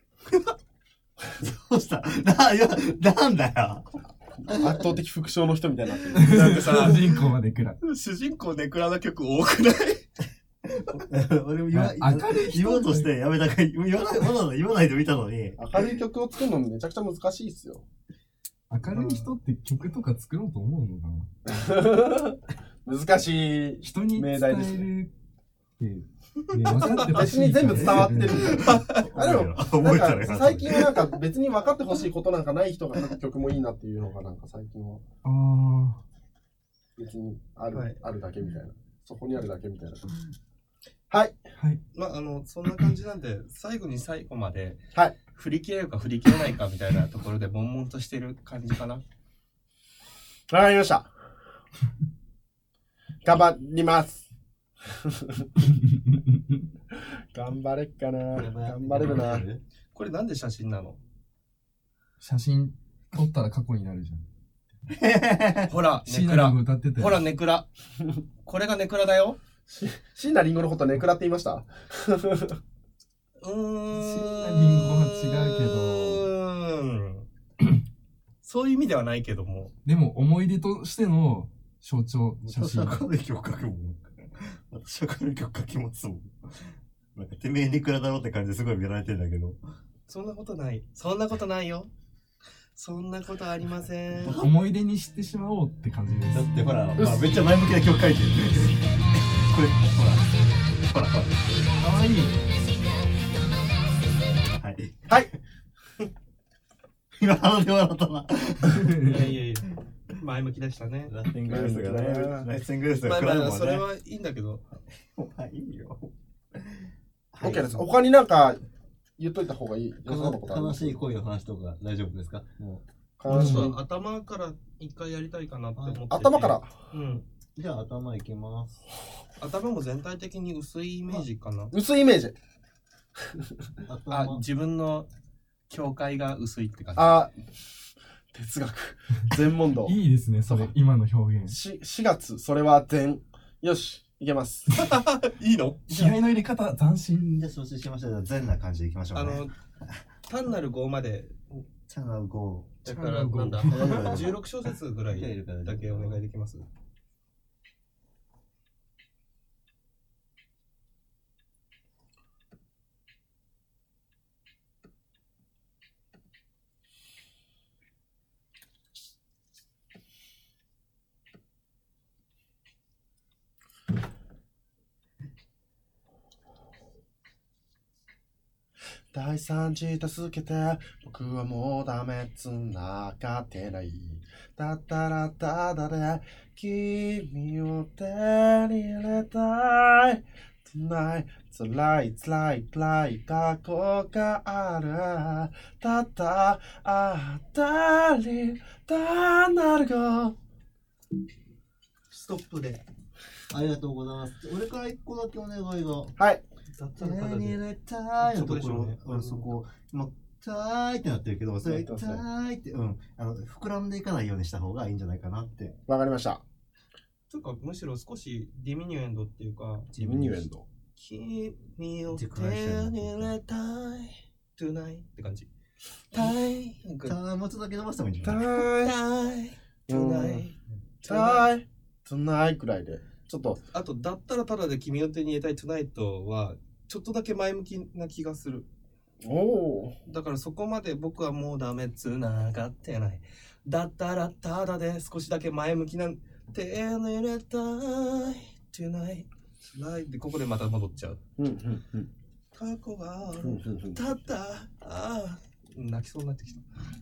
Speaker 4: どうしたな、いや、なんだよ。
Speaker 6: 圧倒的副将の人みたいになってる。
Speaker 5: なんかさ、
Speaker 7: 主人公はネクラ。
Speaker 5: 主人公ネクラな曲多くない？
Speaker 4: 俺も言わ、
Speaker 7: 明るい人
Speaker 4: 言おうとしてやめたから、言わない、わざわざ言わないで見たのに。
Speaker 6: 明るい曲を作るのめちゃくちゃ難しいっすよ。
Speaker 7: 明るい人って曲とか作ろうと思うのか
Speaker 6: な難しい
Speaker 7: 人に伝えるって、ね、分かってほしい。
Speaker 6: 別に全部伝わってるんだよ。あでも
Speaker 4: 覚えたね。
Speaker 6: 最近はなんか別に分かってほしいことなんかない人が書く曲もいいなっていうのがなんか最近は。
Speaker 7: ああ。
Speaker 6: 別にある、
Speaker 5: はい、
Speaker 6: あるだけみたいな。そこにあるだけみたいな。はい。
Speaker 7: はい。
Speaker 5: まあ、あの、そんな感じなんで、最後に最後まで、
Speaker 6: はい。
Speaker 5: 振り切れるか振り切れないかみたいなところで、悶々としてる感じかな。
Speaker 6: わかりました。頑張ります。頑張れっかな。頑張れるな。
Speaker 5: これなんで写真なの？
Speaker 7: 写真撮ったら過去になるじゃ
Speaker 5: ん。ほら、ネクラ。ほら、ネクラ。これがネクラだよ。
Speaker 6: 椎名林檎のことネクラって言いました？
Speaker 5: うーん。椎名
Speaker 7: 林檎は違うけど。
Speaker 5: うーん。そういう意味ではないけども。
Speaker 7: でも、思い出としての象徴写真。
Speaker 4: 私は明るい曲書くもん。私は明るい曲書きますもん。なんか、てめえネクラだろって感じですごい見られてんだけど。
Speaker 5: そんなことない。そんなことないよ。そんなことありません。
Speaker 7: 思い出にしてしまおうって感じです。
Speaker 4: だってほら、まあ、めっちゃ前向きな曲書いてる。これ、ほら、ほら、ほら。
Speaker 7: かわいい。
Speaker 4: はい。
Speaker 6: はい。
Speaker 4: 今、鼻で笑ったな。
Speaker 5: いやいやいや。前向きでしたね。
Speaker 4: ラッテングルースがね、ラッテングルースが
Speaker 5: まあまあ、それはいいんだけど。
Speaker 4: まあ、いいよ。
Speaker 6: OK です。他になんか言っといた方がいい。
Speaker 4: 悲しい恋の話とか大丈夫ですか？
Speaker 5: もう。悲しい。頭から一回やりたいかなって思ってて。
Speaker 6: 頭から。
Speaker 5: うん。
Speaker 4: じゃあ頭いきます。
Speaker 5: 頭も全体的に薄いイメージかな。
Speaker 6: 薄いイメージ。
Speaker 5: あ、自分の境界が薄いって感じ。
Speaker 6: あ、哲学。全問答。
Speaker 7: いいですね、それ、今の表現。
Speaker 6: し、しがつ、それは全。よし、いけます。
Speaker 5: いいの？
Speaker 7: 気合の入れ方、斬新。
Speaker 4: じゃあ、承知しました。全な感じでいきましょうね。
Speaker 5: あの、単なるごまで。
Speaker 4: 単なるご。
Speaker 5: だから、なんだ、じゅうろく小節ぐらいだけお願いできます？
Speaker 6: 第三次助けて僕はもうダメ繋がってないだったらただで君を手に入れたい Tonight 辛い辛い辛い過去があるたったあたりだなるご
Speaker 5: ストップで
Speaker 4: ありがとうございます。俺から一個だけお願いが。
Speaker 6: はい。
Speaker 4: 手に入れたいのところ、俺そこ、今、たーいってなってるけど、それ、たーいって、うん、あの、膨らんでいかないようにした方がいいんじゃないかなって。
Speaker 6: わかりました。
Speaker 5: というか、むしろ少しディミニュエンドっていうか、
Speaker 6: ディミニュエンド。
Speaker 5: 君を手に入れたい、tonight って感じ。たい、
Speaker 4: たーい、もうちょっとだけ伸ばしてもいいんじ
Speaker 6: た
Speaker 4: ゃない
Speaker 6: い、
Speaker 5: たい、tonight、
Speaker 6: たい、tonight くらいで。ちょっと。
Speaker 5: あと、だったらただで君を手に入れたい tonight は、ちょっとだけ前向きな気がする。
Speaker 6: おー。
Speaker 5: だからそこまで僕はもうダメつながってない。だったらただで少しだけ前向きな手に入れたい tonight でここでまた戻っちゃう。
Speaker 6: うんうんうん。
Speaker 5: 過去があるたったああ泣きそうになってき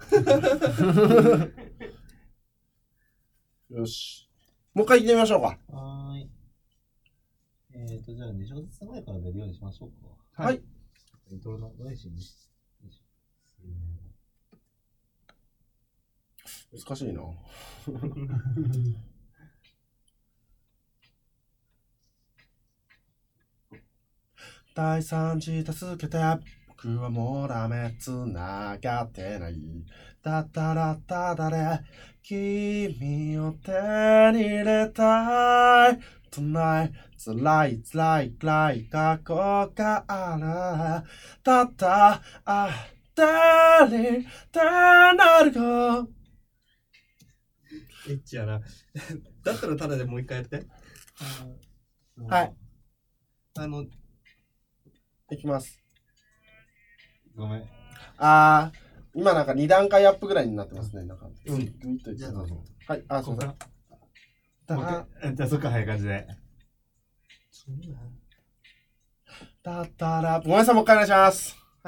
Speaker 6: た。よし。もう一回行ってみましょうか。
Speaker 4: はーい。えーと、じゃあに小節前から出るようにしましょうか。
Speaker 6: はい。
Speaker 4: イントロのないしね。
Speaker 6: 難しいな。第三次助けて、僕はもうダメ、繋がってない。だったらただで、君を手に入れたい。Tonight、辛い辛い辛い過去がある。たった、あ、誰に、誰なるか。
Speaker 5: エッチやな。だったらただでもう一回やって。
Speaker 6: はい。
Speaker 5: あの、
Speaker 6: いきます。
Speaker 4: ごめん。
Speaker 6: あー、今なんかに段階アップぐらいになってますね。なんか、
Speaker 5: うん。
Speaker 6: グイッといって
Speaker 4: じゃあどうぞ。
Speaker 6: はい、あ、そうだ。だ
Speaker 4: じゃあそっか早い感じで。
Speaker 6: だったら、ごめんなさい、もう一回お願いします。
Speaker 5: はい。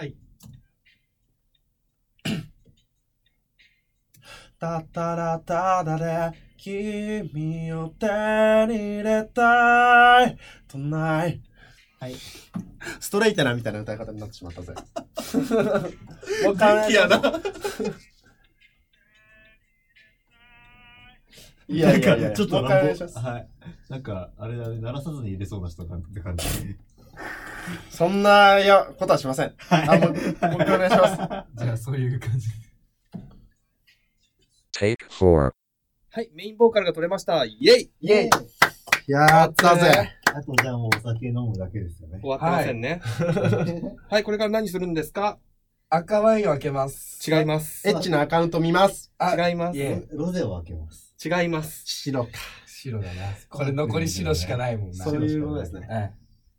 Speaker 6: だったらただで君を手に入れたい Tonight
Speaker 4: はい。
Speaker 6: ストレイテナーみたいな歌い方になってしまったぜ。
Speaker 5: もう元気やな。
Speaker 6: いやいやいや、
Speaker 4: ちょっと
Speaker 6: もう一回お願いします。
Speaker 4: はい。なんか、あれだね、鳴らさずに入れそうな人って感じ。
Speaker 6: そんな、いや、ことはしません。はい。あ、もう、もう一回お願いします。
Speaker 7: じゃあ、そういう感じ。
Speaker 3: Take four.
Speaker 2: はい、メインボーカルが取れました。イェイ
Speaker 6: イェイやったぜ。
Speaker 4: あとじゃあもうお酒飲むだけですよね。
Speaker 2: 終わってませんね。はい、これから何するんですか？
Speaker 7: 赤ワインを開けます。
Speaker 2: 違います。
Speaker 6: エッチなアカウント見ます。
Speaker 2: 違います。
Speaker 4: ロゼを開けます。
Speaker 2: 違います。
Speaker 6: 白か。
Speaker 7: 白だな。これ残り白しかないもんな。
Speaker 6: そういうことですね。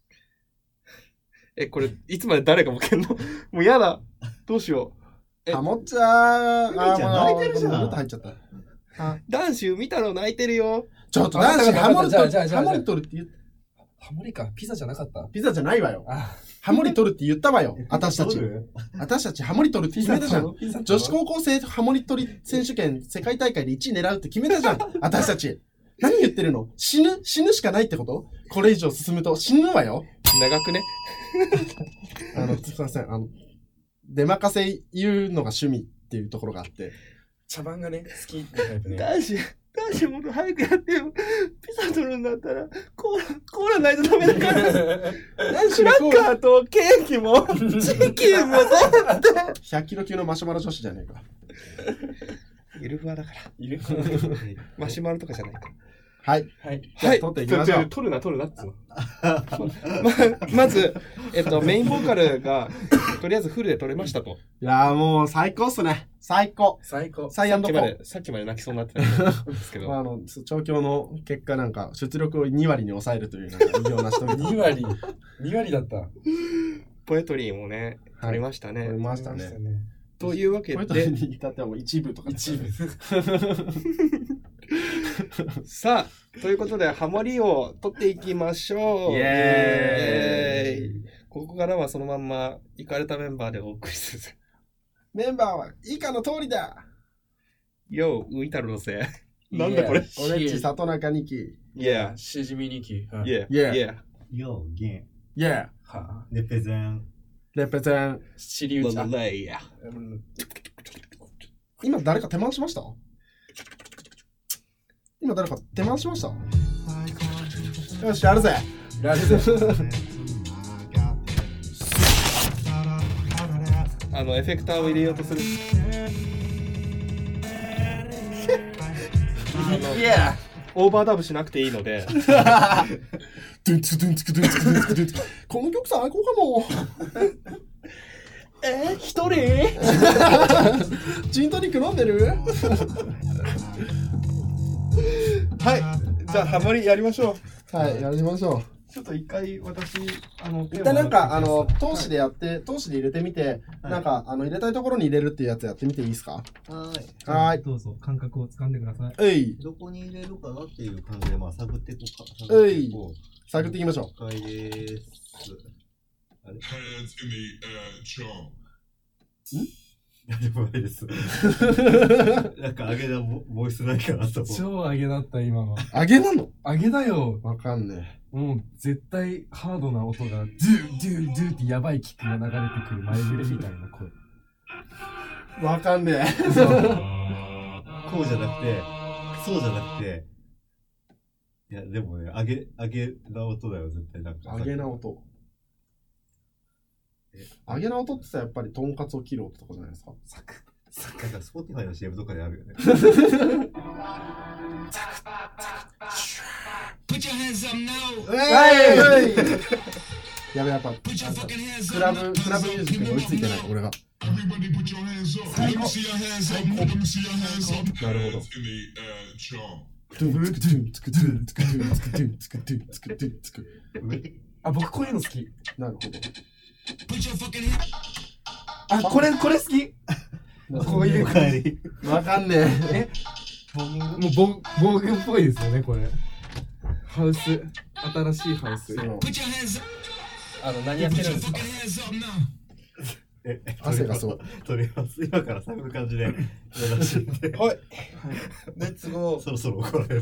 Speaker 2: え、これ、いつまで誰がボケんの？もうやだ。どうしよう。
Speaker 6: ハモっちゃー。
Speaker 4: あ、ちゃん泣いてるじゃん。
Speaker 6: 入っちゃった。
Speaker 2: 男子見たの泣いてるよ。
Speaker 6: ちょっと男子ハモリ取る、ハモリ取るって言った。
Speaker 7: ハモリか。ピザじゃなかった？
Speaker 6: ピザじゃないわよ。ハモリ取るって言ったわよ。私たち。私たちハモリ取るって決めたじゃん。女子高校生ハモリ取り選手権世界大会でいちい狙うって決めたじゃん。私たち。何言ってるの？死ぬ死ぬしかないってこと？これ以上進むと死ぬわよ。
Speaker 2: 長くね。
Speaker 6: あの、すいません。あの、出任せ言うのが趣味っていうところがあって。
Speaker 7: 茶番がね、好きってタイプね。
Speaker 2: 男子、男子もっと早くやってよ。ピザ取るんだったら、コーラ、コーラないとダメだから。クラッカーとケーキも、チキンも全部。
Speaker 6: ひゃっキロ級のマシュマロ女子じゃねえか。
Speaker 2: ゆるふわだから。ゆるふわ。マシュマロとかじゃないか。
Speaker 6: はい。
Speaker 2: はい。
Speaker 6: じゃあ、取っていきましょう。
Speaker 2: 取るな、取るなっつうの。ま、まず、えっと、メインボーカルが、とりあえずフルで取れましたと。
Speaker 6: いやーもう最高っすね。最高。
Speaker 7: 最高。
Speaker 6: サイアンドコー。
Speaker 2: さっきまで泣きそうになってたんですけど。
Speaker 6: まあ、あの、調教の結果なんか、出力をに割に抑えるという、なんか、偉業なしと
Speaker 7: に割 ?に 割だった。
Speaker 2: ポエトリーもね、取りましたね。
Speaker 6: 取りましたね。
Speaker 2: というわけで。
Speaker 6: ポエトリーに至ってはもう一部とか。
Speaker 7: 一部。
Speaker 2: さあ、ということで、ハモリを取っていきましょう。
Speaker 6: イエーイ。
Speaker 2: ここからはそのまんま、イカれたメンバーでお送りする。
Speaker 6: メンバーは以下の通りだ。
Speaker 2: よう、ウイタルのせい。なんだこれ。
Speaker 6: オレッチ、里中にき。
Speaker 2: イェー。
Speaker 7: しじみにき。
Speaker 2: イェー。
Speaker 6: イェー。
Speaker 4: よう、ゲン。
Speaker 6: イェー。
Speaker 4: はレペゼン。
Speaker 6: レペゼン。
Speaker 7: シリウチャ。
Speaker 2: レイヤ。
Speaker 6: 今誰か手回しました？今誰か手回しました？よし、やるぜ。
Speaker 7: やるぜ。
Speaker 2: あの、エフェクターを入れようとする。
Speaker 6: いや
Speaker 2: オーバーダブしなくていいので。
Speaker 6: ドゥンツドゥンツクドゥンツクドゥンツクドゥンツク。この曲最高かも。
Speaker 2: えー、一人
Speaker 6: ジントニック飲んでる？
Speaker 2: はい。じゃあ、ハモリやりましょ
Speaker 6: う。はい、やりましょう。
Speaker 2: ちょっと一回私、あの、
Speaker 6: 一旦なんか、あの、通しでやって、通しで入れてみて、はい、なんか、あの、入れたいところに入れるっていうやつやってみていいですか？
Speaker 4: はい。
Speaker 6: はい。
Speaker 5: どうぞ、感覚を掴んでください。
Speaker 6: えい。
Speaker 4: どこに入れるかなっていう感じで、まあ、探っていこうか。
Speaker 6: えい。探っていきましょう。
Speaker 4: 了解でーす。 あれ
Speaker 8: Hands in the air, jump.
Speaker 4: なんでもないです。なんか上げたボボイスないかなと思う。
Speaker 7: 超上げだった今の。
Speaker 6: あげなの
Speaker 7: 上げだよ。
Speaker 6: わかんね
Speaker 7: もう絶対ハードな音がドゥードゥードゥーってやばいキックが流れてくる前触れみたいな声。
Speaker 6: え。わかんねえ。
Speaker 4: こうじゃなくて、そうじゃなくて、いや、でもね、上げ、上げな音だよ、絶対。なんか。
Speaker 6: あげな音。あげな音ってさ、やっぱりとんかつを切る音とかじゃないですか。
Speaker 7: サク
Speaker 4: なんか、スポティファイの シーエム とかであるよね。
Speaker 6: やべ、やっぱ、クラブ、クラブミュージックに追いついてない、俺が。
Speaker 8: Everybody put your hands up. Let me see your hands up. Let me see your hands up.
Speaker 6: なるほど。
Speaker 8: Hands in the air, jump.
Speaker 6: トゥンツクトゥンツクトゥンツクトゥンツクトゥンツクトゥンツクトゥンツク。
Speaker 7: あ、僕こういうの好き。
Speaker 6: なるほど。
Speaker 7: あ、これ、これ好き。こういう感じ。
Speaker 6: わかんね
Speaker 7: えもうボ防具っぽいですよね、これ。ハウス。新しいハウス。
Speaker 6: え。
Speaker 5: あの、何やってるんですか？
Speaker 4: え、
Speaker 6: 汗がそう。
Speaker 4: 取ります。今から探る感じで、よろしいんで。
Speaker 6: はい。
Speaker 5: レッツゴー。
Speaker 4: そろそろ怒られる。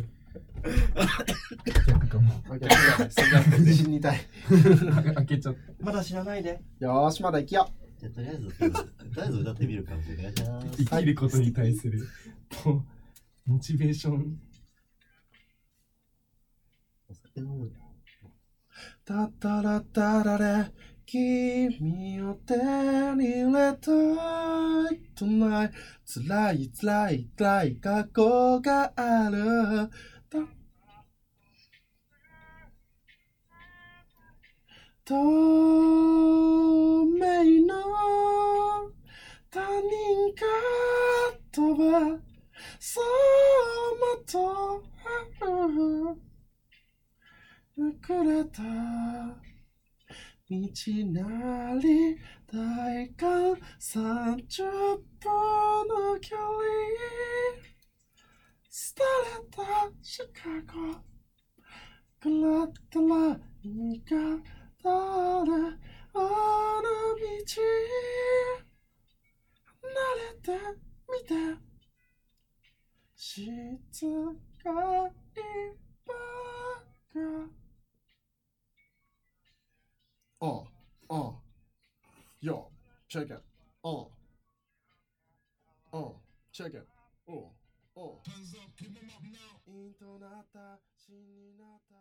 Speaker 7: 逆かも。
Speaker 6: 死にたい。
Speaker 7: 開けちゃった。
Speaker 5: まだ死なないで。
Speaker 6: よーし、まだ行きよ。
Speaker 4: じゃあ、とりあえず、とりあえず歌ってみる感じでお願いします。
Speaker 7: 生きることに対する、もう、モチベーション。
Speaker 4: お酒飲む。
Speaker 6: タッタラッタラレ、君を手に入れたい tonight。辛い辛い辛い過去がある。透明の他人が飛ぶ走馬灯膨れた道なり大観さんじゅっぷんの距離廃れたシカゴからったらいかたるあの道離れてみて静かにばかOh, oh, yo, check it. Oh, oh, check it. Oh, oh. インとなった死になった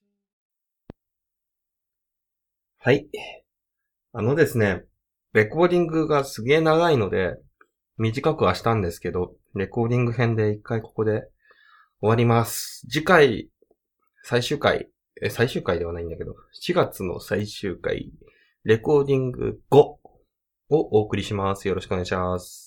Speaker 2: はい。あのですね、レコーディングがすげえ長いので、短くはしたんですけど、レコーディング編で一回ここで終わります。次回、最終回、え、最終回ではないんだけど、しがつの最終回、レコーディングごをお送りします。よろしくお願いします。